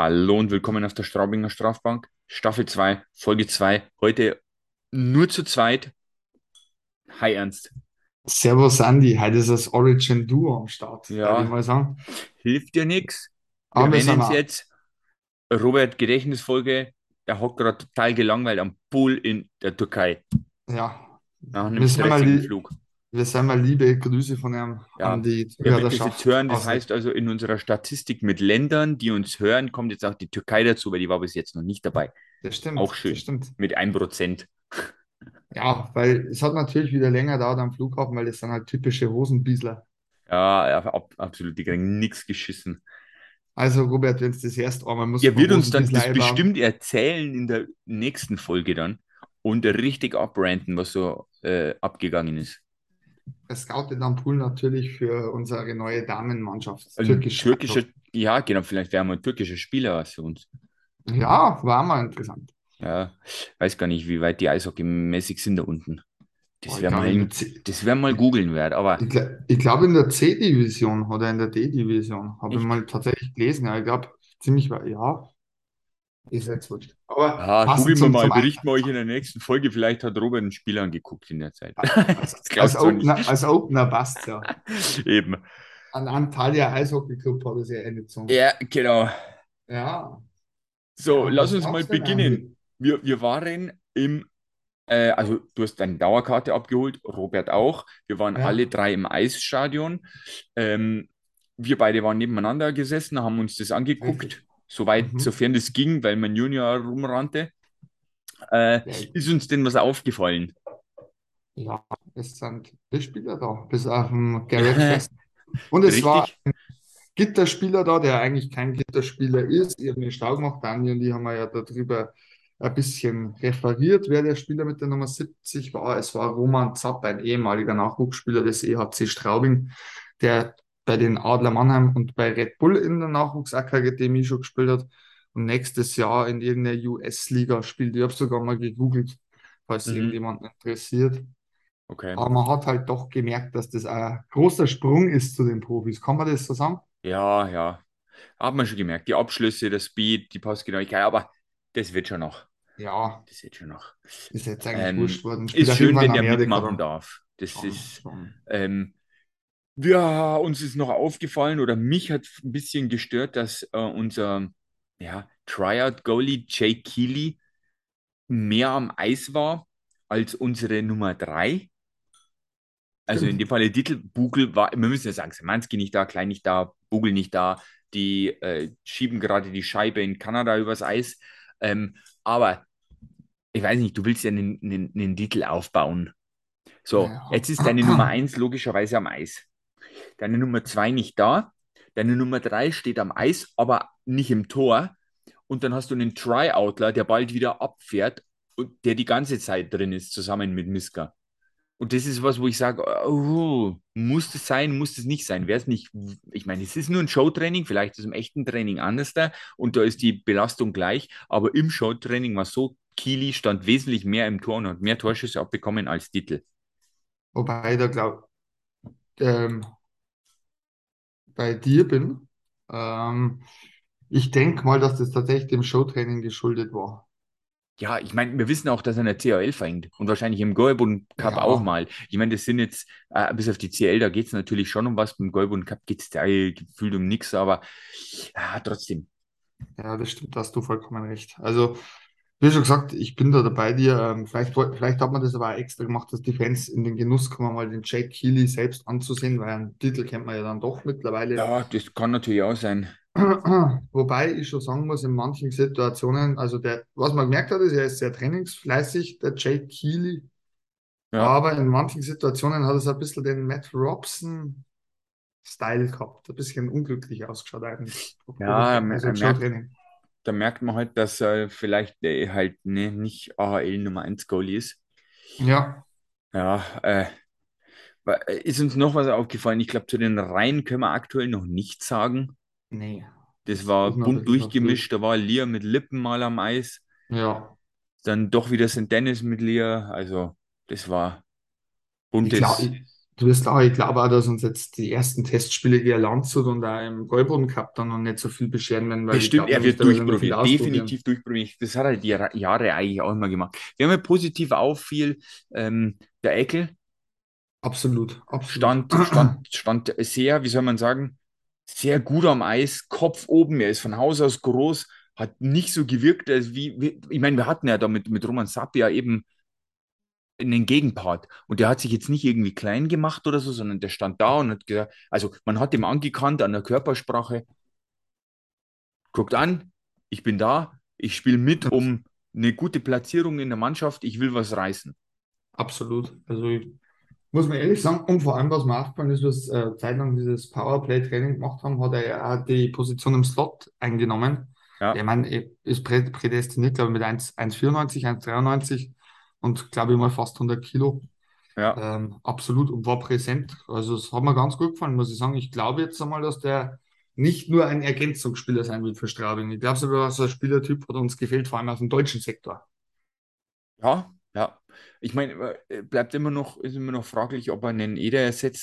Hallo und willkommen auf der Straubinger Strafbank, Staffel 2, Folge 2. Heute nur zu zweit. Hi Ernst. Servus Andi, heute ist das Origin Duo am Start, würde ich Ja, mal sagen. hilft dir nichts. Wir Aber wir nennen sind es auch, jetzt Robert Gedächtnisfolge. Der hockt gerade total gelangweilt am Pool in der Türkei ja, nach einem stressigen Flug. wir sind mal liebe Grüße von ihm an Ja, die er wird das jetzt Zuhörerschaft hören. Das heißt also, in unserer Statistik mit Ländern, die uns hören, kommt jetzt auch die Türkei dazu, weil die war bis jetzt noch nicht dabei. Das Auch stimmt, das schön. stimmt. Mit 1%. Ja, weil es hat natürlich wieder länger gedauert am Flughafen, weil das sind halt typische Hosenbiesler. Ja, ja, absolut. Die kriegen nichts geschissen. Also Robert, wenn es das erst einmal muss Der man wird uns dann Hosenbiesler das einbauen. bestimmt erzählen in der nächsten Folge dann und richtig abranten, was so abgegangen ist. Er scoutet am Pool natürlich für unsere neue Damenmannschaft, Ein türkische türkischer, Mannschaft. ja, genau, vielleicht wäre mal ein türkischer Spieler was für uns. Ja, war mal interessant. Ja, weiß gar nicht, wie weit die eishockeymäßig sind da unten. Boah, Das ich wäre glaube mal, in der C das wäre mal googeln wert, aber Ich glaube in der C-Division oder in der D-Division habe ich echt. mal tatsächlich gelesen. Ja, ich glaube ziemlich weit. Ja, ist jetzt wurscht. Aber Ja, passend googeln wir mal, zum berichten wir euch in der nächsten Folge. Vielleicht hat Robert einen Spieler angeguckt in der Zeit. Das als glaubst du nicht. Als Opener passt ja. Eben. An Antalya Eishockey Club hat es ja eh nicht so. Ja, genau. Ja, So, ja, lass was uns mal glaubst du denn, beginnen. Andi? Wir waren also du hast deine Dauerkarte abgeholt, Robert auch. Wir waren alle Ja, drei im Eisstadion. Ähm, wir beide waren nebeneinander gesessen, haben uns das angeguckt, richtig. soweit, Mhm. sofern das ging, weil mein Junior rumrannte. Ja, Ist uns denn was aufgefallen? ja, es sind die Spieler da, bis auf den Garrett Fest. Und es war Richtig? Gitterspieler da, der eigentlich kein Gitterspieler ist. Ich habe mir schlau gemacht, Dani und ich haben ja darüber ein bisschen referiert, wer der Spieler mit der Nummer 70 war. Es war Roman Zapp, ein ehemaliger Nachwuchsspieler des EHC Straubing, der bei den Adler Mannheim und bei Red Bull in der Nachwuchsakademie schon gespielt hat und nächstes Jahr in irgendeiner US-Liga spielt. Ich habe sogar mal gegoogelt, falls Mhm. irgendjemand interessiert. Okay. Aber man hat halt doch gemerkt, dass das ein großer Sprung ist zu den Profis. Kann man das so sagen? Ja, ja. Hat man schon gemerkt. Die Abschlüsse, der Speed, die Passgenauigkeit, aber das wird schon noch. Ja, Das wird schon noch. ist jetzt eigentlich wurscht worden. Spielt Ist auf jeden schön, Fall in wenn der Amerika mitmachen da. darf. Das Schon, ist, schon. ähm, uns ist noch aufgefallen oder mich hat ein bisschen gestört, dass unser Tryout-Goalie Jay Keely mehr am Eis war als unsere Nummer 3. Also in Stimmt. dem Fall der Titel, Bugel war, wir müssen ja sagen, Szymanski nicht da, Klein nicht da, Bugel nicht da. Die schieben gerade die Scheibe in Kanada übers Eis. Aber ich weiß nicht, du willst ja einen Titel aufbauen. So, Ja. jetzt ist deine Nummer 1 logischerweise am Eis. Deine Nummer 2 nicht da. Deine Nummer 3 steht am Eis, aber nicht im Tor. Und dann hast du einen Tryoutler, der bald wieder abfährt und der die ganze Zeit drin ist, zusammen mit Miska. Und das ist was, wo ich sage, oh, muss das sein, muss das nicht sein? Wäre es nicht, ich meine, es ist nur ein Showtraining, vielleicht ist es im echten Training anders da und da ist die Belastung gleich, aber im Showtraining war so, Kili stand wesentlich mehr im Tor und hat mehr Torschüsse abbekommen als Titel. Wobei ich da glaube, ähm, bei dir bin. Ähm, ich denke mal, dass das tatsächlich dem Showtraining geschuldet war. Ja, ich meine, wir wissen auch, dass er in der CHL fängt und wahrscheinlich im Goalbund Cup auch Ja, mal. Ich meine, das sind jetzt, bis auf die CL, da geht es natürlich schon um was. Beim Goalbund Cup geht es da gefühlt um nichts, aber ja, trotzdem. ja, das stimmt, da hast du vollkommen recht. Also, wie schon gesagt, ich bin da dabei dir. Vielleicht hat man das aber auch extra gemacht, dass die Fans in den Genuss kommen, mal den Jake Keely selbst anzusehen, weil einen Titel kennt man ja dann doch mittlerweile. Ja, das kann natürlich auch sein. Wobei ich schon sagen muss, in manchen Situationen, also der, was man gemerkt hat, ist, er ist sehr trainingsfleißig, der Jake Keely, Ja, aber in manchen Situationen hat es ein bisschen den Matt Robson-Style gehabt, ein bisschen unglücklich ausgeschaut eigentlich, ja, also im Showtraining. da merkt man halt, dass er vielleicht halt ne, nicht AHL Nummer 1 Goalie ist. Ja, Ja, ist uns noch was aufgefallen? Ich glaube, zu den Reihen können wir aktuell noch nichts sagen. nee, Das das ist war bunt natürlich noch früh. durchgemischt. Da war Lear mit Lippen mal am Eis. Ja, Dann doch wieder St. Dennis mit Lear. Also, das war ich glaube, buntes. Du wirst auch, ich glaube auch, dass uns jetzt die ersten Testspiele gegen Landshut und auch im Gäuboden Cup dann noch nicht so viel bescheren werden, weil ich Bestimmt, glaube er nämlich, wird da wird er noch viel durchprobieren, ausprobieren. definitiv durchprobieren. Das hat er die Jahre eigentlich auch immer gemacht. Wer mir positiv auffiel, der Eckel Absolut, absolut. stand sehr, wie soll man sagen, sehr gut am Eis, Kopf oben. Er ist von Haus aus groß, hat nicht so gewirkt, als ich meine, wir hatten ja da mit Roman Sapia eben einen Gegenpart. Und der hat sich jetzt nicht irgendwie klein gemacht oder so, sondern der stand da und hat gesagt, also man hat ihm angekannt an der Körpersprache, guckt an, ich bin da, ich spiele mit um eine gute Platzierung in der Mannschaft, ich will was reißen. Absolut. Also ich muss man ehrlich sagen, und vor allem, was mir aufgefallen ist, was zeitlang dieses Powerplay-Training gemacht haben, hat er ja auch die Position im Slot eingenommen. Ich Ja, meine, er ist prädestiniert, glaube ich, mit 1,94, 1,93 und glaube ich mal fast 100 Kilo. ja, Absolut und war präsent. Also es hat mir ganz gut gefallen, muss ich sagen. Ich glaube jetzt einmal, dass der nicht nur ein Ergänzungsspieler sein wird für Straubing. Ich glaube sogar, dass er ein Spielertyp hat uns gefällt, vor allem aus dem deutschen Sektor. ja, ja. Ich meine, bleibt immer noch, ist immer noch fraglich, ob er einen Eder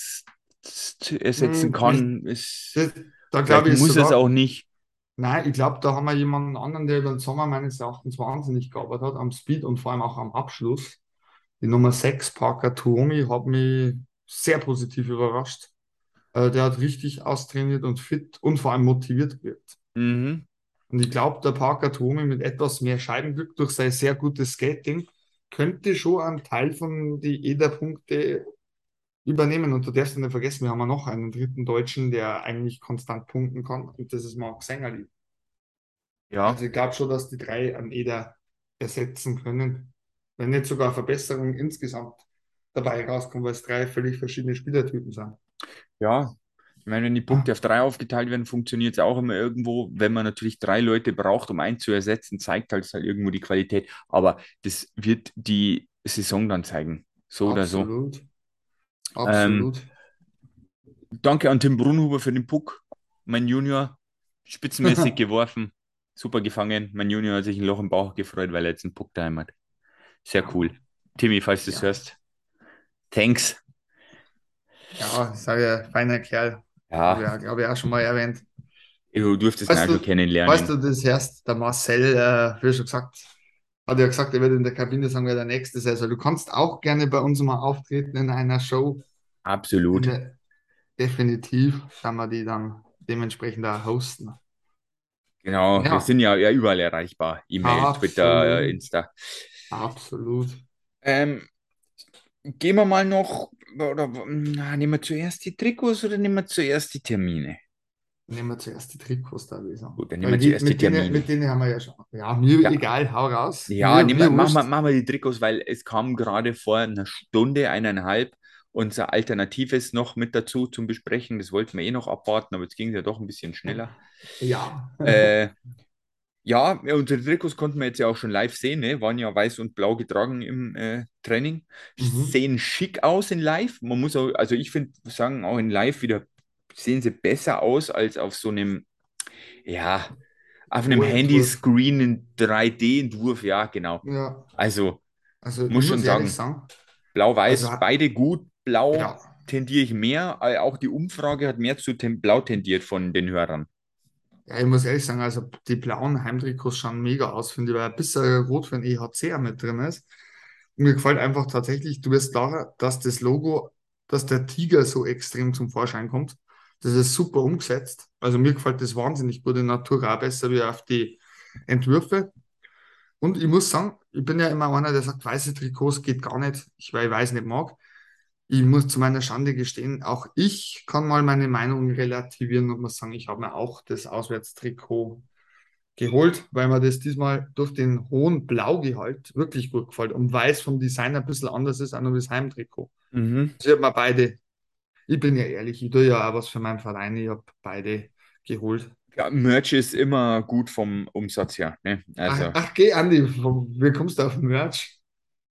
ersetzen Vielleicht, kann. das, da Vielleicht glaube ich es muss er es auch sogar. nicht. Nein, ich glaube, da haben wir jemanden anderen, der über den Sommer meines Erachtens wahnsinnig gearbeitet hat, am Speed und vor allem auch am Abschluss. Die Nummer 6 Parker Tuomi, hat mich sehr positiv überrascht. Der hat richtig austrainiert und fit und vor allem motiviert gewirkt. Mhm. Und ich glaube, der Parker Tuomi mit etwas mehr Scheibenglück durch sein sehr gutes Skating könnte schon einen Teil von die EDA-Punkte übernehmen. Und du darfst nicht vergessen, wir haben ja noch einen dritten Deutschen, der eigentlich konstant punkten kann. Und das ist Marc Sängerli. Ja, Also ich glaube schon, dass die drei an Eder ersetzen können. Wenn nicht sogar Verbesserungen insgesamt dabei rauskommen, weil es drei völlig verschiedene Spielertypen sind. ja. Ich meine, wenn die Punkte auf drei aufgeteilt werden, funktioniert es auch immer irgendwo. Wenn man natürlich drei Leute braucht, um einen zu ersetzen, zeigt halt irgendwo die Qualität. Aber das wird die Saison dann zeigen. So oder so. Absolut, Ähm, absolut. Danke an Tim Brunhuber für den Puck. Mein Junior, spitzenmäßig geworfen, super gefangen. Mein Junior hat sich ein Loch im Bauch gefreut, weil er jetzt einen Puck daheim hat. Sehr Ja, cool. Timmy, falls du es ja, hörst, thanks. ja, ich sage ja, feiner Kerl. Habe Ja, ich ja, glaube ich, auch schon mal erwähnt. du durftest ihn Weißt auch schon du, weißt kennenlernen. du, das erst, der Marcel, wie schon gesagt, hat ja gesagt, er wird in der Kabine sagen, wer der Nächste sei. Also du kannst auch gerne bei uns mal auftreten in einer Show. In Absolut. der, definitiv kann man die dann dementsprechend auch hosten. Genau, wir Ja, sind ja überall erreichbar. E-Mail, Twitter, absolut, Insta. absolut. Ähm, Gehen wir mal noch, oder nehmen wir zuerst die Trikots oder nehmen wir zuerst die Termine? Nehmen wir zuerst die Trikots da, würde ich sagen. Gut, dann nehmen Weil wir zuerst die mit Termine. denen haben wir ja schon. Ja, mir Ja, egal, hau raus. ja, Mir wurscht. machen wir die Trikots, weil es kam gerade vor einer Stunde, eineinhalb, unser Alternatives noch mit dazu zum Besprechen. Das wollten wir eh noch abwarten, aber jetzt ging es ja doch ein bisschen schneller. Ja. Äh, ja, unsere Trikots konnten wir jetzt ja auch schon live sehen, ne? Waren ja weiß und blau getragen im Training. Mhm. Sehen schick aus in live. Man muss auch, also ich finde, sagen auch in live wieder sehen sie besser aus als auf so einem, ja, auf einem Rohentwurf. Handyscreen in 3D-Entwurf. Ja, genau. Ja. Also Also ich muss muss schon ehrlich sagen, sagen, also blau-weiß, beide gut. Blau ja, tendiere ich mehr. Auch die Umfrage hat mehr zu blau tendiert von den Hörern. ja, ich muss ehrlich sagen, also die blauen Heimtrikots schauen mega aus, finde ich, weil ein bisschen rot für den EHC auch mit drin ist. Und mir gefällt einfach tatsächlich, du wirst klarer, dass das Logo, dass der Tiger so extrem zum Vorschein kommt. Das ist super umgesetzt. Also mir gefällt das wahnsinnig gut in Natura, auch besser wie auf die Entwürfe. Und ich muss sagen, ich bin ja immer einer, der sagt, weiße Trikots geht gar nicht, weil ich weiß nicht mag. Ich muss zu meiner Schande gestehen, auch ich kann mal meine Meinung relativieren und muss sagen, ich habe mir auch das Auswärtstrikot geholt, weil mir das diesmal durch den hohen Blaugehalt wirklich gut gefällt und weiß vom Design ein bisschen anders ist, auch noch das Heimtrikot. Mhm. Also ich habe mir beide, ich bin ja ehrlich, ich tue ja auch was für meinen Verein, ich habe beide geholt. Ja, Merch ist immer gut vom Umsatz her. Ne? Ach, Also, ach geh, Andi, wie kommst du auf Merch?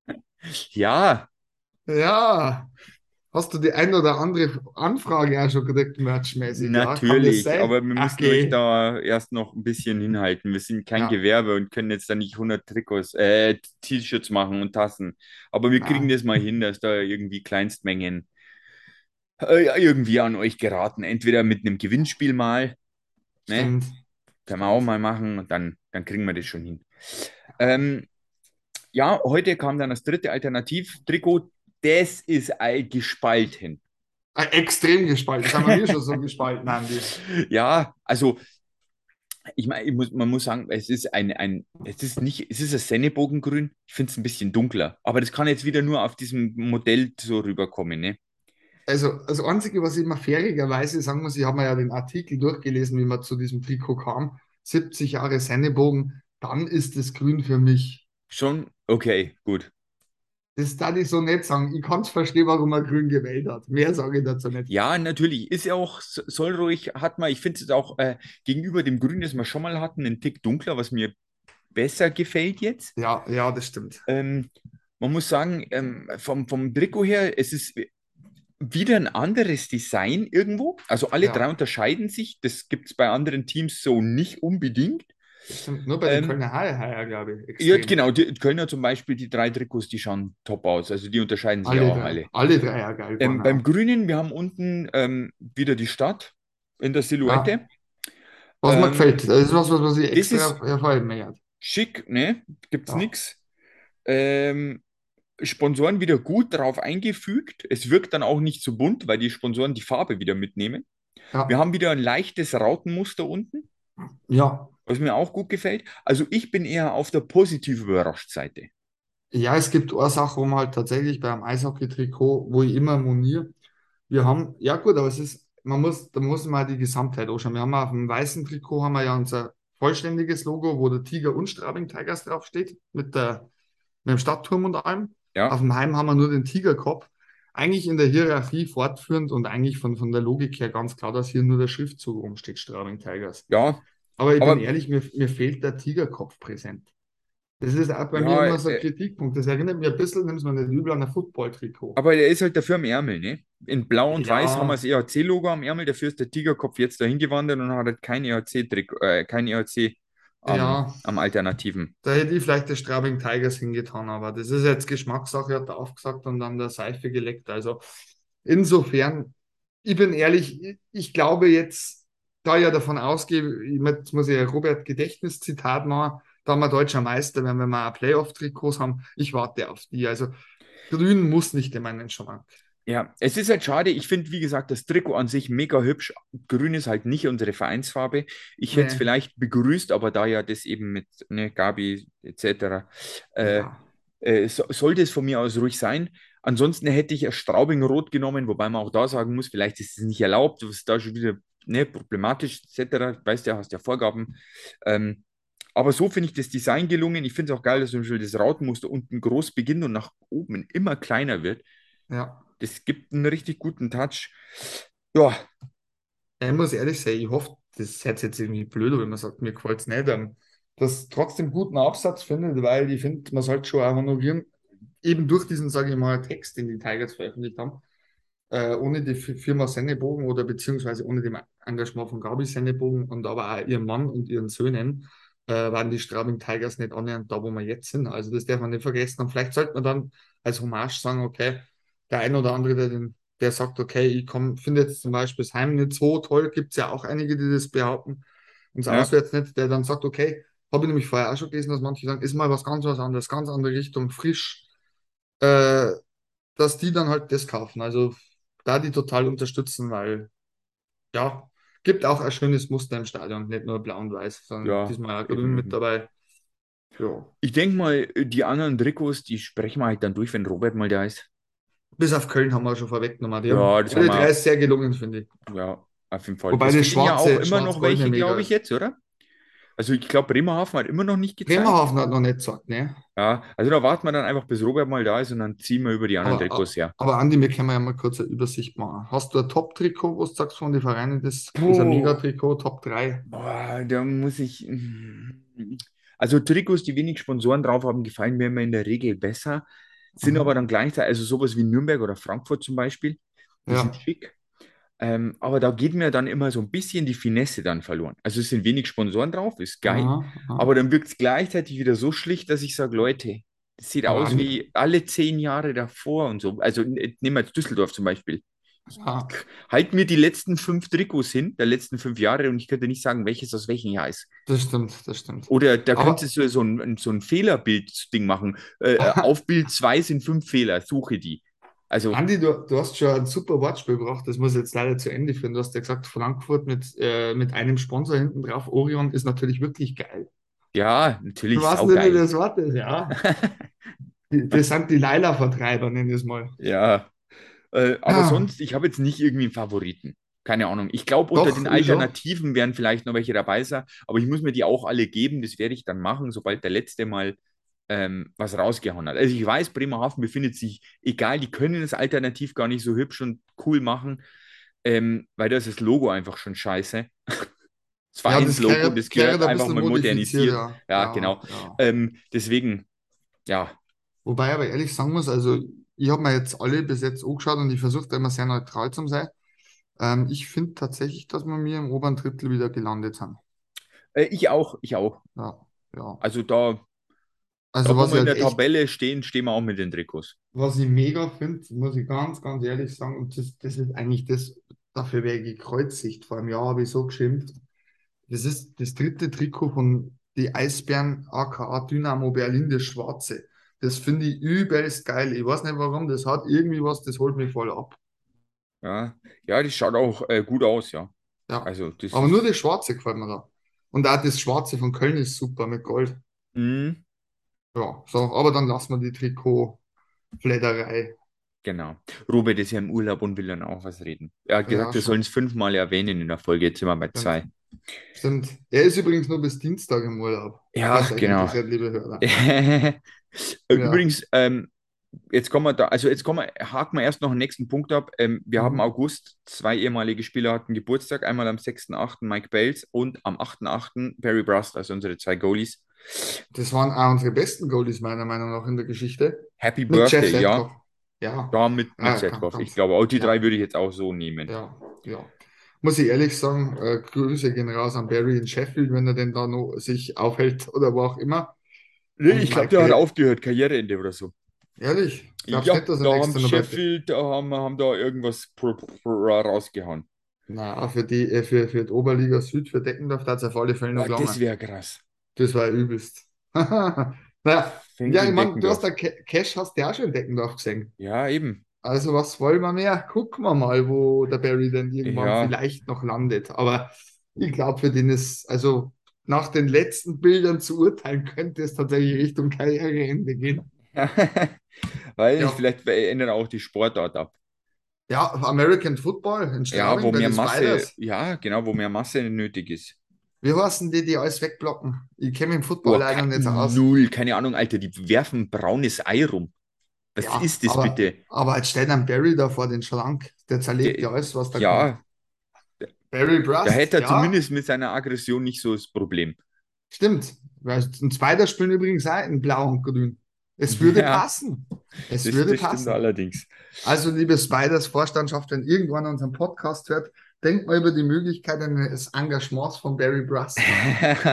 ja, Ja, hast du die ein oder andere Anfrage auch schon gekriegt, merchmäßig? Ja, kann das natürlich, sein? aber wir Ach müssen euch geh. da erst noch ein bisschen hinhalten. Wir sind kein Ja, Gewerbe und können jetzt da nicht 100 Trikots, T-Shirts machen und Tassen. Aber wir kriegen na, das mal hin, dass da irgendwie Kleinstmengen. Ja, irgendwie an euch geraten. Entweder mit einem Gewinnspiel mal, ne? Stimmt, Können wir auch stimmt. mal machen und dann kriegen wir das schon hin. Ähm, ja, heute kam dann das dritte Alternativtrikot. Das ist gespalten. Extrem gespalten. Das haben wir nie schon so gespalten, Andi. Ja, also ich meine, man muss sagen, es ist ein Sennebogengrün. Ich finde es ein bisschen dunkler. Aber das kann jetzt wieder nur auf diesem Modell so rüberkommen, ne? Also, das Einzige, was ich immer fairerweise sagen muss, ich habe mir ja den Artikel durchgelesen, wie man zu diesem Trikot kam. 70 Jahre Sennebogen, dann ist das Grün für mich. Schon? Okay, gut. Das darf ich so nicht sagen. Ich kann es verstehen, warum er Grün gewählt hat. Mehr sage ich dazu nicht. Ja, natürlich. Ist ja auch, soll ruhig, hat man, ich finde es auch gegenüber dem Grün, das wir schon mal hatten, einen Tick dunkler, was mir besser gefällt jetzt. Ja, ja, das stimmt. Ähm, Man muss sagen, vom Trikot her, es ist wieder ein anderes Design irgendwo. Also alle drei Ja, unterscheiden sich. Das gibt es bei anderen Teams so nicht unbedingt. das stimmt. Nur bei den Ähm, Kölner Haie heuer, glaube ich, ja, extrem. genau, die Kölner zum Beispiel, die drei Trikots, die schauen top aus. Also die unterscheiden sich ja auch alle. Alle drei ja geil waren Beim auch. Grünen, wir haben unten wieder die Stadt in der Ja, Silhouette. was mir Ähm, gefällt. Das ist was ich Das extra ist hervorheben möchte. schick, ne? Gibt's Ja, nix. Ähm, Sponsoren wieder gut drauf eingefügt. Es wirkt dann auch nicht so bunt, weil die Sponsoren die Farbe wieder mitnehmen. Wir ja, haben wieder ein leichtes Rautenmuster unten, ja. was mir auch gut gefällt. Also ich bin eher auf der positiv überrascht Seite. Ja, es gibt eine Sache, wo man halt tatsächlich beim Eishockey-Trikot, wo ich immer moniere, wir haben, ja gut, aber es ist, da muss man die Gesamtheit anschauen. Wir haben auf dem weißen Trikot haben wir ja unser vollständiges Logo, wo der Tiger und Straubing Tigers draufsteht, mit dem Stadtturm und allem. Auf Ja, dem Heim haben wir nur den Tigerkopf. Eigentlich in der Hierarchie fortführend und eigentlich von der Logik her ganz klar, dass hier nur der Schriftzug rumsteht, Straubing Tigers. ja, Aber ich bin aber ehrlich, mir fehlt der Tigerkopf präsent. Das ist auch bei mir ja, immer so ein Kritikpunkt. Das erinnert mich ein bisschen, nimm's mal nicht übel, an ein Football-Trikot. aber der ist halt dafür am Ärmel, ne? In Blau und Weiß haben wir Ja, das EAC-Logo am Ärmel, dafür ist der Tigerkopf jetzt dahin gewandert und hat halt kein EAC-Trikot, kein EAC ja, am Alternativen. da hätte ich vielleicht das Straubing Tigers hingetan, aber das ist jetzt Geschmackssache, hat er aufgesagt und dann der Seife geleckt. Also insofern, ich bin ehrlich, ich glaube jetzt, da ich ja davon ausgehe, jetzt muss ich ja Robert Gedächtniszitat machen, da wir deutscher Meister werden, wenn wir auch Playoff-Trikots haben, ich warte auf die. Also grün muss nicht in meinen Schrank. Ja, es ist halt schade. Ich finde, wie gesagt, das Trikot an sich mega hübsch. Grün ist halt nicht unsere Vereinsfarbe. Ich hätte es Nee, vielleicht begrüßt, aber da ja das eben mit ne, Gabi etc. Äh, ja, sollte es von mir aus ruhig sein. Ansonsten hätte ich ein Straubing Rot genommen, wobei man auch da sagen muss, vielleicht ist es nicht erlaubt, was da schon wieder ne, problematisch etc. Weißt ja, hast ja Vorgaben. Ähm, aber so finde ich das Design gelungen. Ich finde es auch geil, dass zum Beispiel das Rautenmuster unten groß beginnt und nach oben immer kleiner wird. ja. Das gibt einen richtig guten Touch. Ja, Ich muss ehrlich sagen, ich hoffe, das hört sich jetzt irgendwie blöd, wenn man sagt, mir gefällt es nicht, dass trotzdem guten Absatz findet, weil ich finde, man sollte schon auch honorieren, eben durch diesen, sage ich mal, Text, den die Tigers veröffentlicht haben, ohne die Firma Sennebogen oder beziehungsweise ohne dem Engagement von Gabi Sennebogen und aber auch ihrem Mann und ihren Söhnen, waren die Straubing Tigers nicht annähernd da, wo wir jetzt sind. Also das darf man nicht vergessen. Und vielleicht sollte man dann als Hommage sagen, okay, der ein oder andere, der sagt, okay, finde jetzt zum Beispiel das Heim nicht so toll, gibt es ja auch einige, die das behaupten, und das ja, Auswärts nicht, der dann sagt, okay, habe ich nämlich vorher auch schon gelesen, dass manche sagen, ist mal was anderes, ganz andere Richtung, frisch, äh, dass die dann halt das kaufen. Also da die total unterstützen, weil ja, gibt auch ein schönes Muster im Stadion, nicht nur blau und weiß, sondern ja, diesmal auch grün eben, mit eben. dabei. Ja. Ich denke mal, die anderen Trikots, die sprechen wir halt dann durch, wenn Robert mal da ist. Bis auf Köln haben wir schon vorweggenommen. Die haben Ja, das haben alle drei wir, sehr gelungen, finde ich. ja, auf jeden Fall. Wobei Es das fehlen ja auch immer noch Schwarz-Goldene welche, mega glaube ich, ist. jetzt, oder? Also ich glaube, Bremerhaven hat immer noch nicht gezeigt. Bremerhaven hat noch nicht gesagt, ne? Ja, also da warten wir dann einfach, bis Robert mal da ist und dann ziehen wir über die anderen Trikots her. Aber Andi, wir können ja mal kurz eine Übersicht machen. Hast du ein Top-Trikot, wo du sagst von den Vereinen, das ist ein Puh, Mega-Trikot, Top 3? boah, da muss ich. Also Trikots, die wenig Sponsoren drauf haben, gefallen mir immer in der Regel besser, sind aber Mhm. dann gleichzeitig, also sowas wie Nürnberg oder Frankfurt zum Beispiel, die sind Ja. schick. Aber da geht mir dann immer so ein bisschen die Finesse dann verloren. Also es sind wenig Sponsoren drauf, ist geil, Aha, aha. aber dann wirkt es gleichzeitig wieder so schlicht, dass ich sage, Leute, das sieht Aber aus Andi, wie alle 10 Jahre davor und so. Also nehmen wir jetzt Düsseldorf zum Beispiel. Ja, Halt mir die letzten 5 Trikots hin, der letzten 5 Jahre, und ich könnte nicht sagen, welches aus welchem Jahr ist. das stimmt, das stimmt. Oder da könntest Aber du so ein Fehlerbild-Ding machen. Auf Bild 2 sind 5 Fehler, suche die. Also, Andi, du hast schon ein super Wortspiel gebracht, das muss ich jetzt leider zu Ende führen. Du hast ja gesagt, Frankfurt mit einem Sponsor hinten drauf, Orion, ist natürlich wirklich geil. ja, Du natürlich, weißt nicht, wie saugeil. das Wort ist, ja. Das sind die Leila-Vertreiber, nenn ich es mal. Ja, aber Ah, sonst, ich habe jetzt nicht irgendwie einen Favoriten. Keine Ahnung. Ich glaube, unter den doch, ich schon. Alternativen wären vielleicht noch welche dabei sein, aber ich muss mir die auch alle geben. Das werde ich dann machen, sobald der letzte mal was rausgehauen hat. Also ich weiß, Bremerhaven befindet sich, egal, die können es alternativ gar nicht so hübsch und cool machen, weil da ist das Logo einfach schon scheiße. Das Ja, das Vereinslogo, das gehört gehört ein einfach bisschen mal modifiziert, modernisiert. ja. Ja, Ja, genau. ja. Deswegen, ja, Wobei ich aber ehrlich sagen muss, also ich habe mir jetzt alle bis jetzt angeschaut und ich versuche da immer sehr neutral zu sein. Ich finde tatsächlich, dass wir mir im oberen Drittel wieder gelandet sind. ich auch, ich auch. Ja, ja. Also da, Also wo was wir ich in halt der echt, Tabelle stehen, stehen wir auch mit den Trikots. was ich mega finde, muss ich ganz, ganz ehrlich sagen, und das ist eigentlich das, dafür wäre ich gekreuzigt. Vor einem Jahr habe ich so geschimpft. Das ist das dritte Trikot von die Eisbären, aka Dynamo Berlin, das Schwarze. Das finde ich übelst geil. Ich weiß nicht warum, das hat irgendwie was, das holt mich voll ab. Ja, ja, das schaut auch gut aus, ja. Ja. Also das Aber nur ist, das Schwarze gefällt mir da. Und auch das Schwarze von Köln ist super mit Gold. mh, Ja, so, aber dann lassen wir die Trikotfledderei. genau. Robert ist ja im Urlaub und will dann auch was reden. Er hat Ja, gesagt, wir sollen schon. es 5-mal erwähnen in der Folge. Jetzt sind wir bei Stimmt. 2. Stimmt. Er ist übrigens nur bis Dienstag im Urlaub. Ja, Falls euch genau. interessiert, liebe Hörer. Ja. Übrigens, jetzt kommen wir da, also jetzt kommen wir, haken wir erst noch den nächsten Punkt ab. Wir haben Mhm. August, 2 ehemalige Spieler hatten Geburtstag, einmal am 6.8. Mike Bales und am 8.8. Barry Brust, also unsere 2 Goalies. Das waren auch unsere besten Goalies, meiner Meinung nach, in der Geschichte. Happy Mit Jeff Birthday, ja. Redknapp. Ja, Da mit ganz, Setkov. Ich ganz. glaube, auch die drei Ja, würde ich jetzt auch so nehmen. ja, ja. Muss ich ehrlich sagen, Grüße gehen raus an Barry in Sheffield, wenn er denn da noch sich aufhält oder wo auch immer. Nee, Und ich glaube, der Mike hat Red, aufgehört, Karriereende oder so. ehrlich, glaubst Ja, nicht, dass er da haben nächstes Jahr noch bei. Sheffield, da haben da irgendwas rausgehauen. Na, für die Oberliga Süd, für Deckendorf, da hat es auf alle Fälle noch Boah, das gelangen. wäre krass. Das war übelst. Naja, ja, Franklin ich meine, du hast da Deckendorf. Cash, hast du ja auch schon in Deckendorf gesehen. Ja, eben. Also, was wollen wir mehr? Gucken wir mal, wo der Barry denn irgendwann Ja. vielleicht noch landet. Aber ich glaube, für den ist, also nach den letzten Bildern zu urteilen, könnte es tatsächlich Richtung Karriereende gehen. Weiß nicht, Ja, vielleicht ändern auch die Sportart ab. ja, American Football in Ja, Straubing wo bei mehr den Masse, Spiders. ja, genau, wo mehr Masse nötig ist. Wie heißen die, die alles wegblocken? Ich kenne mich im Football Oh, leider nicht so aus. null, keine Ahnung, Alter, die werfen braunes Ei rum. Was Ja, ist das bitte? aber jetzt steht ein Barry da vor den Schrank. Der zerlegt ja Der, alles, was da kommt. ja, Barry da Brust, hätte er ja, zumindest mit seiner Aggression nicht so das Problem. stimmt. Weil ein Spider spielen übrigens auch in Blau und Grün. Es würde Ja, passen. Es das, würde das stimmt passen. allerdings. Also, liebe Spiders Vorstandschaft, wenn irgendwann unseren Podcast hört, denkt mal über die Möglichkeit eines Engagements von Barry Brust nach.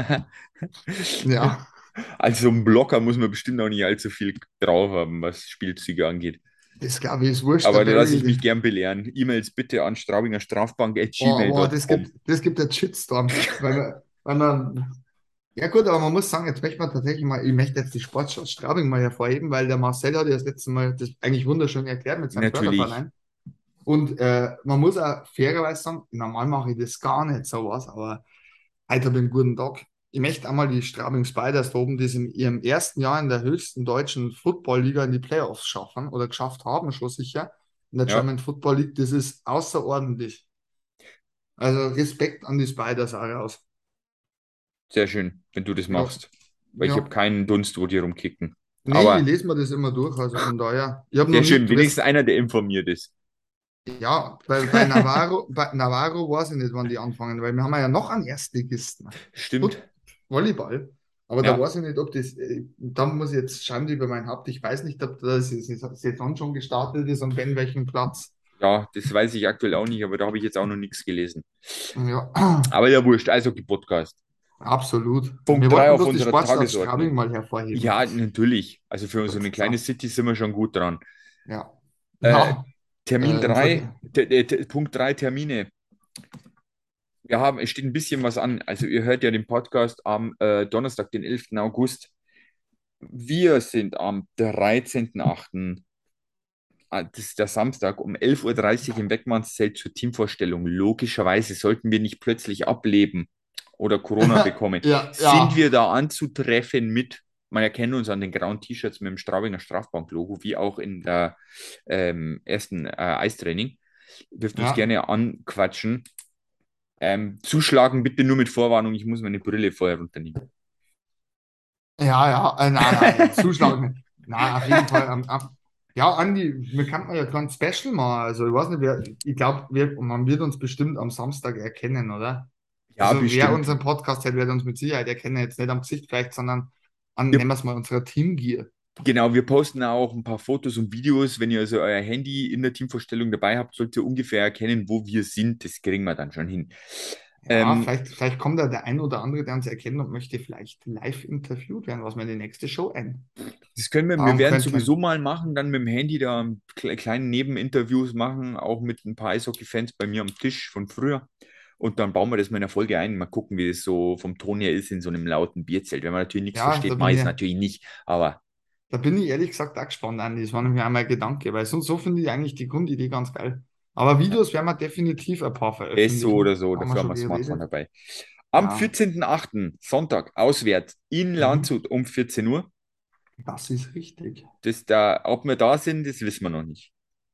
Ja, Also ein Blocker muss man bestimmt auch nicht allzu viel drauf haben, was Spielzüge angeht. das glaube ich ist wurscht. Der Aber da lasse Barry, ich mich gern belehren. E-Mails bitte an das straubingerstrafbank@gmail.com. gibt einen Shitstorm. Weil man, ja gut, aber man muss sagen, jetzt möchte man tatsächlich mal, ich möchte jetzt die Sportstadt Straubing mal hervorheben, weil der Marcel hat ja das letzte Mal das eigentlich wunderschön erklärt mit seinem Natürlich. Förderverein. Und man muss auch fairerweise sagen, normal mache ich das gar nicht sowas, aber heute habe ich einen guten Tag. Ich möchte einmal die Straubing Spiders da oben, die es in ihrem ersten Jahr in der höchsten deutschen Football-Liga in die Playoffs schaffen oder geschafft haben, schon sicher. In der Ja, German Football League, das ist außerordentlich. Also Respekt an die Spiders auch raus. sehr schön, wenn du das Ja, machst. Weil ich habe ja. keinen Dunst, wo die rumkicken. Nee, ich Aber lese mir das immer durch, also von daher. Ich habe noch sehr nicht, schön, du wenigstens wirst, einer, der informiert ist. ja, bei Navarro weiß ich nicht, wann die anfangen, weil wir haben ja noch einen Erstligisten. Stimmt. Foot, Volleyball. Aber da Ja, weiß ich nicht, ob das, da muss ich jetzt Schande über mein Haupt. Ich weiß nicht, ob das Saison schon gestartet ist und wenn welchen Platz. ja, das weiß ich aktuell auch nicht, aber da habe ich jetzt auch noch nichts gelesen. Ja, Aber ja, wurscht, also Podcast. absolut. Punkt Wir 3 wollten auf bloß die unserer Sportstadt Straubing Tagesordnung. mal hervorheben. Ja, natürlich. Also für so Gut, eine so. kleine City sind wir schon gut dran. Ja. Äh, Ja, Termin im 3 Punkt 3 Termine. Es steht ein bisschen was an. Also ihr hört ja den Podcast am Donnerstag, den 11. August. Wir sind am 13.8., das ist der Samstag, um 11:30 Uhr im Beckmannszelt zur Teamvorstellung. Logischerweise sollten wir nicht plötzlich ableben oder Corona bekommen. Ja, Sind ja, wir da anzutreffen mit, man erkennt uns an den grauen T-Shirts mit dem Straubinger Strafbank-Logo, wie auch in der ersten Eistraining. Dürft uns ja, gerne anquatschen. Zuschlagen bitte nur mit Vorwarnung, ich muss meine Brille vorher runternehmen. ja, ja, nein, nein, zuschlagen. Na, auf jeden Fall. Ja, Andi, wir könnten ja kein Special machen. Also, ich weiß nicht, ich glaube, man wird uns bestimmt am Samstag erkennen, oder? Ja, Also, wer bestimmt. unseren Podcast hört, wird uns mit Sicherheit erkennen. Jetzt nicht am Gesicht vielleicht, sondern Wir nennen wir es mal, unserer Teamgear. Genau, wir posten auch ein paar Fotos und Videos. Wenn ihr also euer Handy in der Teamvorstellung dabei habt, sollt ihr ungefähr erkennen, wo wir sind. Das kriegen wir dann schon hin. Ja, Ähm, vielleicht kommt da der ein oder andere, der uns erkennt und möchte vielleicht live interviewt werden, was wir in die nächste Show Das können wir einbauen werden sowieso könnten. mal machen, dann mit dem Handy da kleine Nebeninterviews machen, auch mit ein paar Eishockey-Fans bei mir am Tisch von früher. Und dann bauen wir das mal in der Folge ein. Mal gucken, wie es so vom Ton her ist in so einem lauten Bierzelt. Wenn man natürlich nichts Ja, versteht, mache ich es natürlich nicht. Aber da bin ich ehrlich gesagt auch gespannt, Andi. Das war nämlich auch mein Gedanke, weil so finde ich eigentlich die Grundidee ganz geil. Aber ja, Videos werden wir definitiv ein paar das so veröffentlichen. oder so, Haben wir dafür haben schon wir Smartphone geredet. dabei. Am Ja, 14.8. Sonntag auswärts in mhm. Landshut um 14 Uhr. Das ist richtig. Ob wir da sind, das wissen wir noch nicht.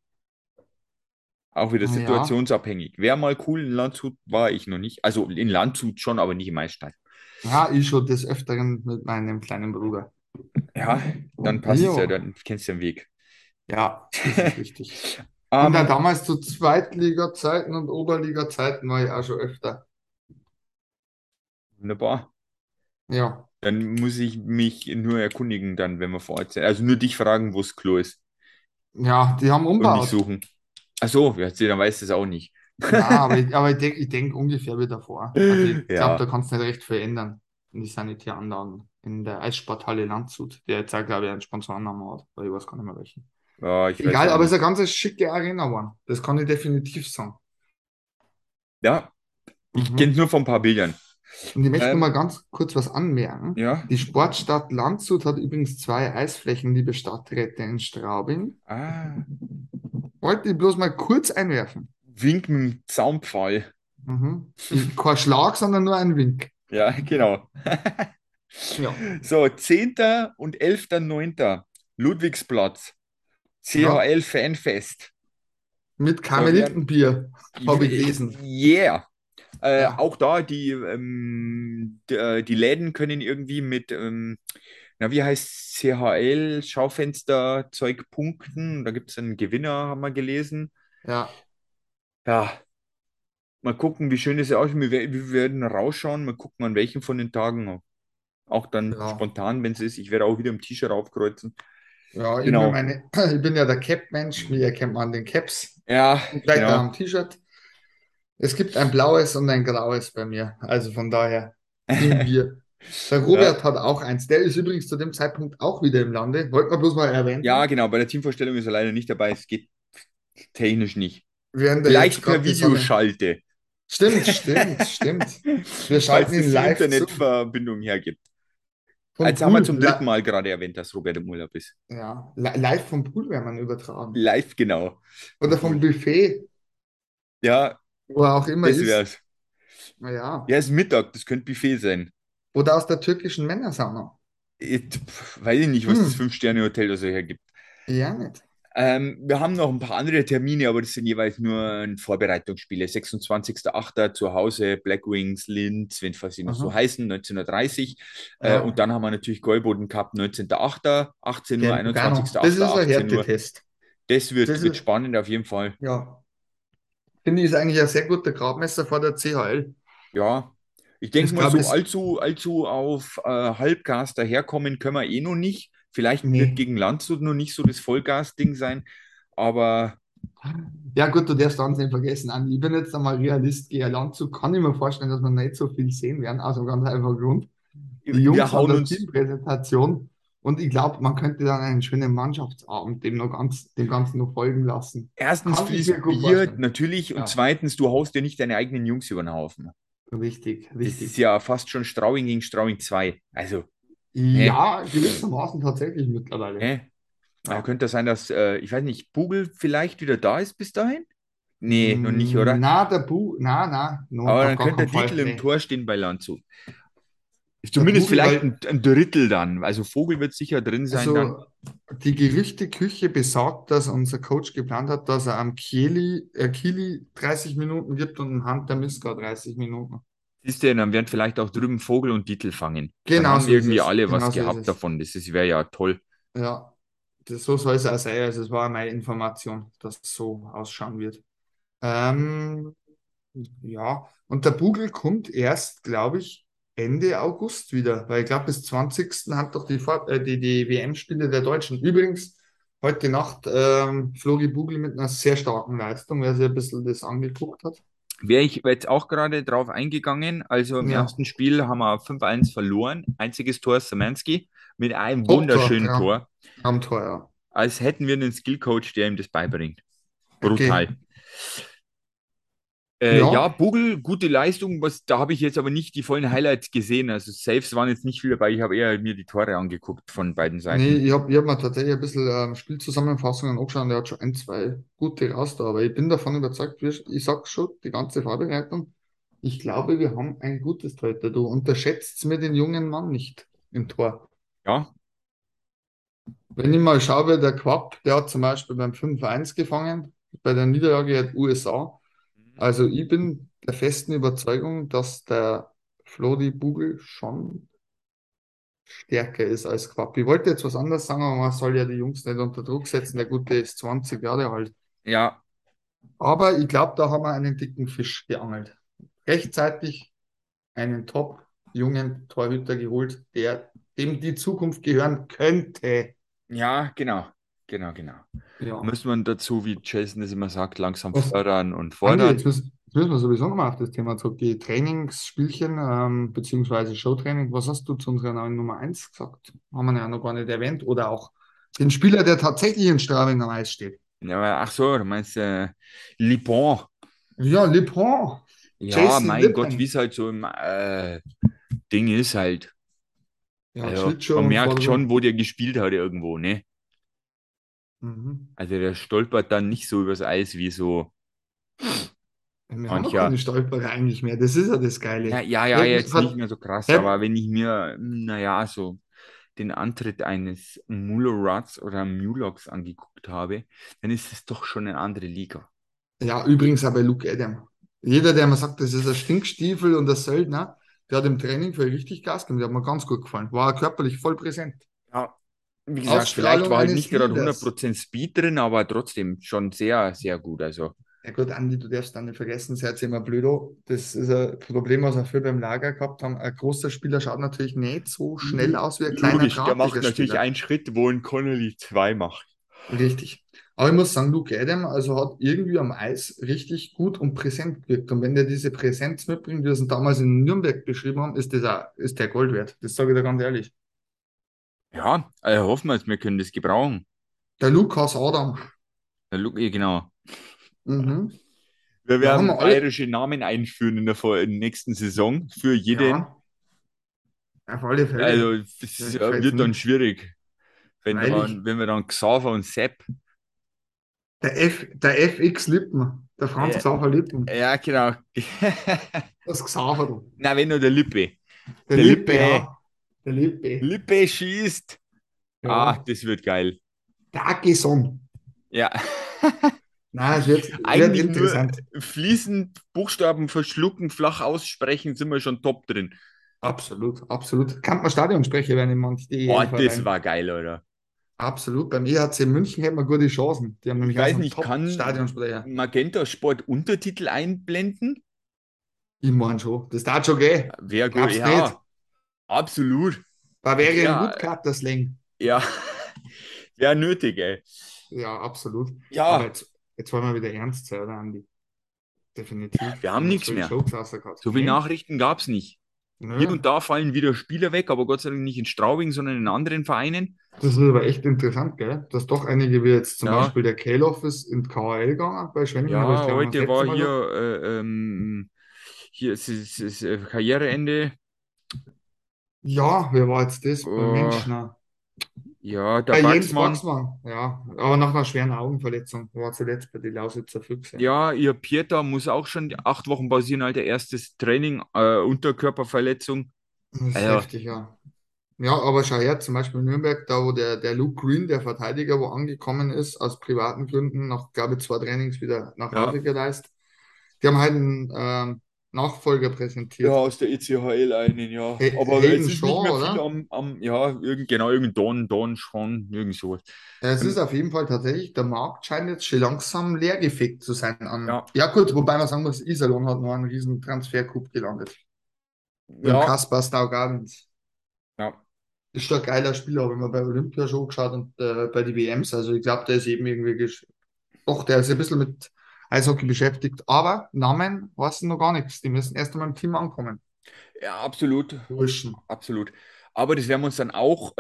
Auch wieder Ja, situationsabhängig. Wäre mal cool, in Landshut war ich noch nicht. Also in Landshut schon, aber nicht im Eisstadion. ja, ich schon des Öfteren mit meinem kleinen Bruder. Ja, dann passt es ja, Jo, dann kennst du den Weg. ja, das ist richtig. Und dann Ähm, damals zu Zweitliga-Zeiten und Oberliga-Zeiten war ich auch schon öfter. Wunderbar. Ja, Dann muss ich mich nur erkundigen, dann, wenn wir vor Ort sind. Also nur dich fragen, wo das Klo ist ja, die haben und nicht umgebaut. suchen. Ach so, ja, dann weißt du es auch nicht. Na, aber ich denk ungefähr wie davor. Also ich glaube, da Ja, kannst du nicht recht viel ändern in die Sanitäranlagen in der Eissporthalle Landshut, der jetzt auch, glaube ich, einen Sponsorennamen hat, weil ich weiß gar nicht mehr welchen. ja, ich weiß Egal, auch aber es ist nicht. eine ganz schicke Arena geworden. Das kann ich definitiv sagen. Ja, ich kenne es Mhm. nur von ein paar Bildern. Und ich möchte noch mal Ähm, ganz kurz was anmerken. ja. Die Sportstadt Landshut hat übrigens zwei Eisflächen, liebe Stadträte in Straubing. Ah, Wollte ich bloß mal kurz einwerfen. Wink mit dem Zaunpfahl. Mhm. Kein Schlag, sondern nur ein Wink. Ja, genau. Ja, So, 10. und 11.9. Ludwigsplatz, ja. CHL Fanfest. Mit Da werden, Karmelitenbier, habe ich gelesen. yeah. Ja, Auch da, die Läden können irgendwie mit, na, wie heißt CHL, Schaufensterzeug punkten. Da gibt es einen Gewinner, haben wir gelesen. ja, Ja, mal gucken, wie schön es aussieht. Wir werden rausschauen, mal gucken, an welchem von den Tagen. Auch dann ja. spontan, wenn es ist. Ich werde auch wieder im T-Shirt aufkreuzen. Ja, Genau. ich bin ja der Cap-Mensch, mich erkennt man an den Caps Ja, und gleich da genau. am T-Shirt. Es gibt ein blaues und ein graues bei mir. Also von daher, Team Bier. Der Ja, Robert hat auch eins. Der ist übrigens zu dem Zeitpunkt auch wieder im Lande. Wollten wir bloß mal ja, erwähnen. genau. Bei der Teamvorstellung ist er leider nicht dabei. Es geht technisch nicht. Während er jetzt Vielleicht gerade per die Sonne. Videoschalte, Stimmt, stimmt, stimmt. Wir falls schalten ihn das die live zu. Internetverbindung hergibt. Vom Jetzt haben wir Pool. zum dritten Mal gerade erwähnt, dass Robert im Urlaub ist. Ja, live vom Pool werden wir ihn übertragen. Live, genau. Vom Oder vom Pool. Buffet, Ja, wo er auch immer das ist. wär's. Naja. Ja, ist Mittag, das könnte Buffet sein. Oder aus der türkischen Männersauna. Weiß ich nicht, was das Hm, Fünf-Sterne-Hotel da so hergibt. ja nicht. Wir haben noch ein paar andere Termine, aber das sind jeweils nur Vorbereitungsspiele. 26.08. zu Hause, Black Wings, Linz, wenn falls sie noch so Aha. heißen, 19:30 Uhr. Und Ja, dann haben wir natürlich Gäuboden Cup 19.08., 18 Uhr, genau. Das 21.08., ist ein 18 Uhr. Härtetest. Das Das wird ist, spannend auf jeden Fall. ja, finde ich, ist eigentlich ein sehr guter Gradmesser vor der CHL. Ja, ich denke Das mal, glaube so ich, allzu auf Halbgas daherkommen können wir eh noch nicht. Vielleicht wird nee. gegen Landshut noch nicht so das Vollgas-Ding sein, aber Ja gut, du darfst eins nicht vergessen, Andi. Ich bin jetzt einmal Realist, gehe Landshut, kann ich mir vorstellen, dass wir nicht so viel sehen werden, aus einem ganz einfachen Grund. Die wir Jungs an hauen der uns Teampräsentation, Und ich glaube, man könnte dann einen schönen Mannschaftsabend dem Ganzen noch folgen lassen. Erstens Kann ich mir fließt gut Bier, vorstellen. natürlich, und Ja, zweitens, du haust dir nicht deine eigenen Jungs über den Haufen. richtig, Das ist richtig. ja fast schon Straubing gegen Straubing 2. Also, ne, Ja, gewissermaßen tatsächlich mittlerweile. ne. Ja. Könnte sein, dass, ich weiß nicht, Bugel vielleicht wieder da ist bis dahin? Nee, noch nicht, oder? No, Aber auf dann gar könnte keinen der Fall. Dietl im Nee. Tor stehen bei Landshut. Ist Der zumindest Bugel, vielleicht weil, ein Drittel dann. Also Vogel wird sicher drin sein dann. also die Gerüchteküche besagt, dass unser Coach geplant hat, dass er am Kili 30 Minuten gibt und am Hunter Miska 30 Minuten. Siehst du, dann werden vielleicht auch drüben Vogel und Dietl fangen. Dann Genau haben so ist irgendwie es. alle was Genau so ist gehabt es. davon. Wäre ja toll. Ja, so soll es auch sein. Also es war meine Information, dass es so ausschauen wird. Ähm, ja, und der Bugel kommt erst, glaube ich, Ende August wieder, weil ich glaube, bis 20. hat doch die WM-Spiele der Deutschen. Übrigens, heute Nacht Flori Bugel mit einer sehr starken Leistung, wer sich ein bisschen das angeguckt hat. Wäre ich jetzt auch gerade drauf eingegangen. Also im Ja, ersten Spiel haben wir 5-1 verloren. Einziges Tor Szymanski mit einem Top-Tor, wunderschönen Tor. Traumtor, ja. Als hätten wir einen Skillcoach, der ihm das beibringt. Okay. Brutal. Ja, Ja, Bugel, gute Leistung. Da habe ich jetzt aber nicht die vollen Highlights gesehen. Also Saves waren jetzt nicht viel dabei. Ich habe eher mir die Tore angeguckt von beiden nee, Seiten. ich hab mir tatsächlich ein bisschen Spielzusammenfassungen angeschaut und der hat schon ein, zwei gute raus da. Aber ich bin davon überzeugt, ich sag schon, die ganze Vorbereitung, ich glaube, wir haben ein gutes heute. Du unterschätzt mir den jungen Mann nicht im Tor. Ja, Wenn ich mal schaue, der Quapp, der hat zum Beispiel beim 5-1 gefangen, bei der Niederlage hat USA. Also ich bin der festen Überzeugung, dass der Flodi Bugel schon stärker ist als Quapp. Ich wollte jetzt was anderes sagen, aber man soll ja die Jungs nicht unter Druck setzen. Der Gute ist 20 Jahre alt. ja, Aber ich glaube, da haben wir einen dicken Fisch geangelt. Rechtzeitig einen top jungen Torhüter geholt, dem die Zukunft gehören könnte. ja, genau. Genau, genau. Ja. Muss man dazu, wie Jason es immer sagt, langsam Was, fördern und Andi, fordern. jetzt müssen wir sowieso nochmal auf das Thema zurück. Die Trainingsspielchen, beziehungsweise Showtraining. Was hast du zu unserer neuen Nummer eins gesagt? Haben wir ja noch gar nicht erwähnt. Oder auch den Spieler, der tatsächlich in Straubing am Eis steht. Ja, ach so, du meinst Lippon. Ja, Lippon, Ja, Jason mein Gott, wie Lippon. es halt so im Ding ist halt. Ja, Also Schlittschuh man und merkt schon, Vordergrund. wo der gespielt hat irgendwo, ne? Mhm. Also der stolpert dann nicht so übers Eis wie so Wir haben auch mancher. keine Stolperer eigentlich mehr. Das ist ja das Ja, Geile. ja, ja, Hätten, jetzt nicht ver- mehr so krass, aber hätt- wenn ich mir, naja, so den Antritt eines Mulorats oder Muloks angeguckt habe, dann ist es doch schon eine andere Liga. ja, übrigens auch bei Luke Adam. Jeder, der mir sagt, das ist ein Stinkstiefel und ein Söldner, der hat im Training für richtig Gas gegeben. Der hat mir ganz gut gefallen. War körperlich voll präsent. Ja, wie gesagt, vielleicht Ausstrahlung war halt eines nicht gerade Leaders. 100% Speed drin, aber trotzdem schon sehr, sehr gut. Also, Ja gut, Andi, du darfst dann nicht vergessen, seid ihr immer blödo. Das ist ein Problem, was wir früher beim Lager gehabt haben. Ein großer Spieler schaut natürlich nicht so schnell aus wie ein kleiner, logisch, der drahtiger macht natürlich Spieler. einen Schritt, wo ein Connolly zwei macht. Richtig. Aber ich muss sagen, Luke Adam also hat irgendwie am Eis richtig gut und präsent gewirkt. Und wenn der diese Präsenz mitbringt, wie wir es damals in Nürnberg beschrieben haben, ist der Gold wert. Das sage ich dir ganz ehrlich. Ja, hoffen wir, wir können das gebrauchen. Der Lukas Adam. Genau. Mhm. Wir Ja, haben werden wir alle. bayerische Namen einführen in der nächsten Saison für jeden. Ja, auf alle Also, Fälle. es Ja, gefällt wird dann mir. schwierig, Freilich. wenn wir dann Xaver und Sepp. Der FX Lippen. Der Franz Äh, Xaver Lippen. ja, genau. Das Xaver. Na, wenn nur der Lippe. Der Der Lippe, Lippe. ja. Der Lippe. Lippe schießt. Ah, Ja. das wird geil. Der Ackison. Ja. Na, wird Eigentlich nur interessant. fließend Buchstaben verschlucken, flach aussprechen, sind wir schon top drin. Absolut, absolut. Kann man Stadionsprecher werden in manchen Oh, das DEL-Vereinen. war geil, oder? Absolut. Beim EHC München hätten wir gute Chancen. Die haben Ich nämlich auch so weiß einen nicht, kann Top-Stadionsprecher. Magenta Sport Untertitel einblenden? Ich meine schon. Das darf schon gehen. Wäre gut, Glaubst nicht? ja, absolut. Bavarian Ja, Woodcutter Slang. ja, wäre nötig, ey. Ja, absolut. Aber Ja, jetzt wollen wir wieder ernst sein, oder Andi? Definitiv. wir haben Haben wir nichts so mehr. Jokes rausgehauen. So viele Nee? Nachrichten gab es nicht. Hier Nö. und da fallen wieder Spieler weg, aber Gott sei Dank nicht in Straubing, sondern in anderen Vereinen. Das ist aber echt interessant, gell? Dass doch einige, wie jetzt zum Ja, Beispiel der Kehlhoff ist in KHL gegangen bei Schwenningen, aber ich ja, glaube, das heute letzte war Mal hier, schon. hier ist Karriereende. Ja, wer war jetzt das? Bei Äh, Menschner. ja, der Bei Jens Baxmann. Baxmann, ja. Aber nach einer schweren Augenverletzung war zuletzt bei den Lausitzer Füchse. Ja, ihr Pieter muss auch schon 8 Wochen pausieren, Alter. Erstes Training, Unterkörperverletzung. Das ist Also, heftig, ja. Ja, aber schau her, zum Beispiel in Nürnberg, da wo der Luke Green, der Verteidiger, wo angekommen ist, aus privaten Gründen, nach, glaube ich, 2 Trainings wieder nach ja, Hause gereist. Die haben halt einen Nachfolger ja, präsentiert. aus der ECHL einen, ja. Aber es Hayden ist nicht mehr Shaw, viel oder? ja, genau, irgendein Don Sean, irgend sowas. Ja, es ist Ähm, auf jeden Fall tatsächlich, der Markt scheint jetzt schon langsam leergefegt zu sein an. ja, Ja, gut, wobei man sagen muss, Iserlohn hat noch einen riesen Transfercoup gelandet. Mit dem ja, Kaspar Staugarens. ja. Ist schon ein geiler Spieler, wenn man bei Olympia schon geschaut und bei den WMs. Also ich glaube, der ist eben irgendwie, doch, der ist ein bisschen mit Eishockey beschäftigt. Aber Namen weiß noch gar nichts. Die müssen erst einmal im Team ankommen. Ja, absolut. Burschen. Absolut. Aber das werden wir uns dann auch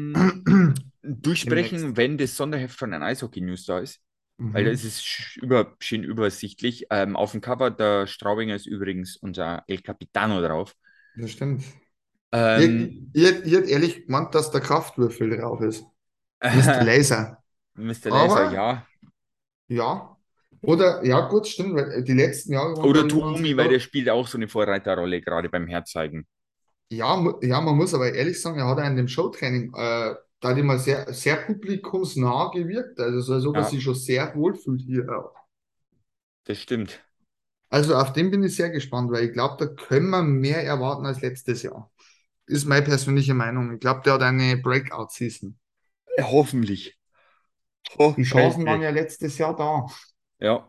durchsprechen, Demnächst. wenn das Sonderheft von den Eishockey News da ist. Weil da ist Mhm, es schön übersichtlich. Auf dem Cover der Straubinger ist übrigens unser El Capitano drauf. das stimmt. Ähm, Ihr hättet ehrlich gemeint, dass der Kraftwürfel drauf ist. Mr. Laser. Mr. Laser, Aber ja. ja. Oder, ja, gut, stimmt, weil die letzten Jahre waren, Oder glaube ich, immer unsere Tuomi, weil der spielt auch so eine Vorreiterrolle, gerade beim Herzeigen. Ja, ja, man muss aber ehrlich sagen, er hat auch in dem Showtraining da hat immer sehr, sehr publikumsnah gewirkt. Also so, als ob er Ja, sich schon sehr wohlfühlt hier auch. das stimmt. Also auf den bin ich sehr gespannt, weil ich glaube, da können wir mehr erwarten als letztes Jahr. Ist meine persönliche Meinung. Ich glaube, der hat eine Breakout-Season. Hoffentlich. Die Chancen waren Hoffentlich. ja letztes Jahr da. Ja.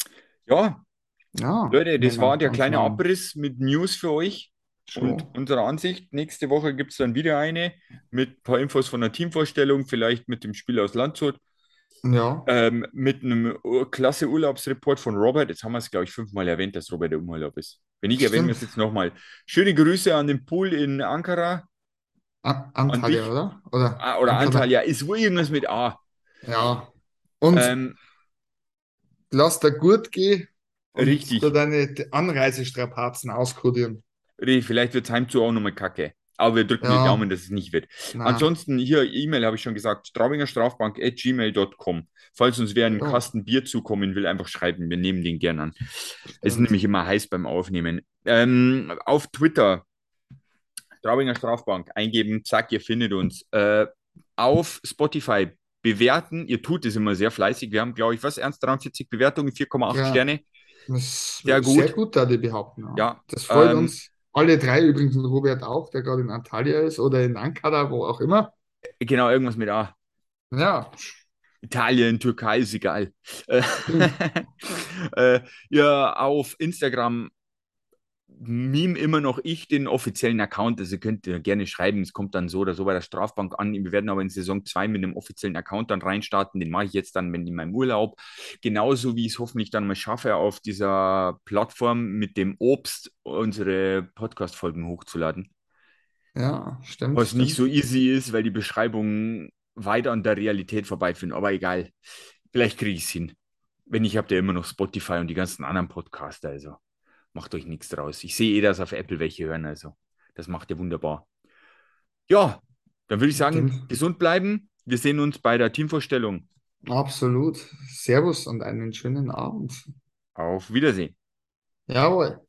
Ja, Ja, Leute, wenn das war wir der uns kleine mal Abriss mit News für euch und schon. unserer Ansicht. Nächste Woche gibt es dann wieder eine mit ein paar Infos von der Teamvorstellung, vielleicht mit dem Spiel aus Landshut, Ja, mit einem klasse Urlaubsreport von Robert. Jetzt haben wir es, glaube ich, 5-mal erwähnt, dass Robert im Urlaub ist. Wenn nicht, erwähnen wir stimmt. es jetzt nochmal. Schöne Grüße an den Pool in Ankara, an Antalya, dich. oder? Oder Oder Ankara. Antalya, ist wohl irgendwas mit A. Ja. Und Ähm, lass dir gut gehen und da richtig. deine Anreisestrapazen auskodieren. Vielleicht wird es heimzu auch nochmal kacke. Aber wir drücken die Daumen, Ja, dass es nicht wird. na, Ansonsten hier E-Mail habe ich schon gesagt, straubingerstrafbank@gmail.com. Falls uns wer einen ja, Kasten Bier zukommen will, einfach schreiben. Wir nehmen den gern an. Es ist stimmt. nämlich immer heiß beim Aufnehmen. Auf Twitter, Straubinger Strafbank, eingeben, zack, ihr findet uns. Auf Spotify bewerten. Ihr tut es immer sehr fleißig. Wir haben, glaube ich, was, Ernst, 43 Bewertungen, 4,8 Ja, Sterne. das Sehr ist sehr gut. gut, da die behaupten. Ja. Ja, Das freut uns. Alle drei übrigens und Robert auch, der gerade in Antalya ist oder in Ankara, wo auch immer. genau, irgendwas mit A. Ja, Italien, Türkei, ist egal. stimmt. Ja, auf Instagram meme immer noch ich den offiziellen Account. Also könnt ihr gerne schreiben, es kommt dann so oder so bei der Strafbank an. Wir werden aber in Saison 2 mit einem offiziellen Account dann reinstarten. Den mache ich jetzt dann, wenn in meinem Urlaub. Genauso wie ich es hoffentlich dann mal schaffe, auf dieser Plattform mit dem Obst unsere Podcast-Folgen hochzuladen. Ja, stimmt, Was nicht so stimmt. easy ist, weil die Beschreibungen weiter an der Realität vorbeiführen. Aber egal. Vielleicht kriege ich es hin. Wenn nicht, habt ihr immer noch Spotify und die ganzen anderen Podcaster. Also macht euch nichts draus. Ich sehe eh, dass auf Apple welche hören. Also das macht ihr wunderbar. Ja, dann würde ich sagen, Stimmt. gesund bleiben. Wir sehen uns bei der Teamvorstellung. Absolut. Servus und einen schönen Abend. Auf Wiedersehen. Jawohl.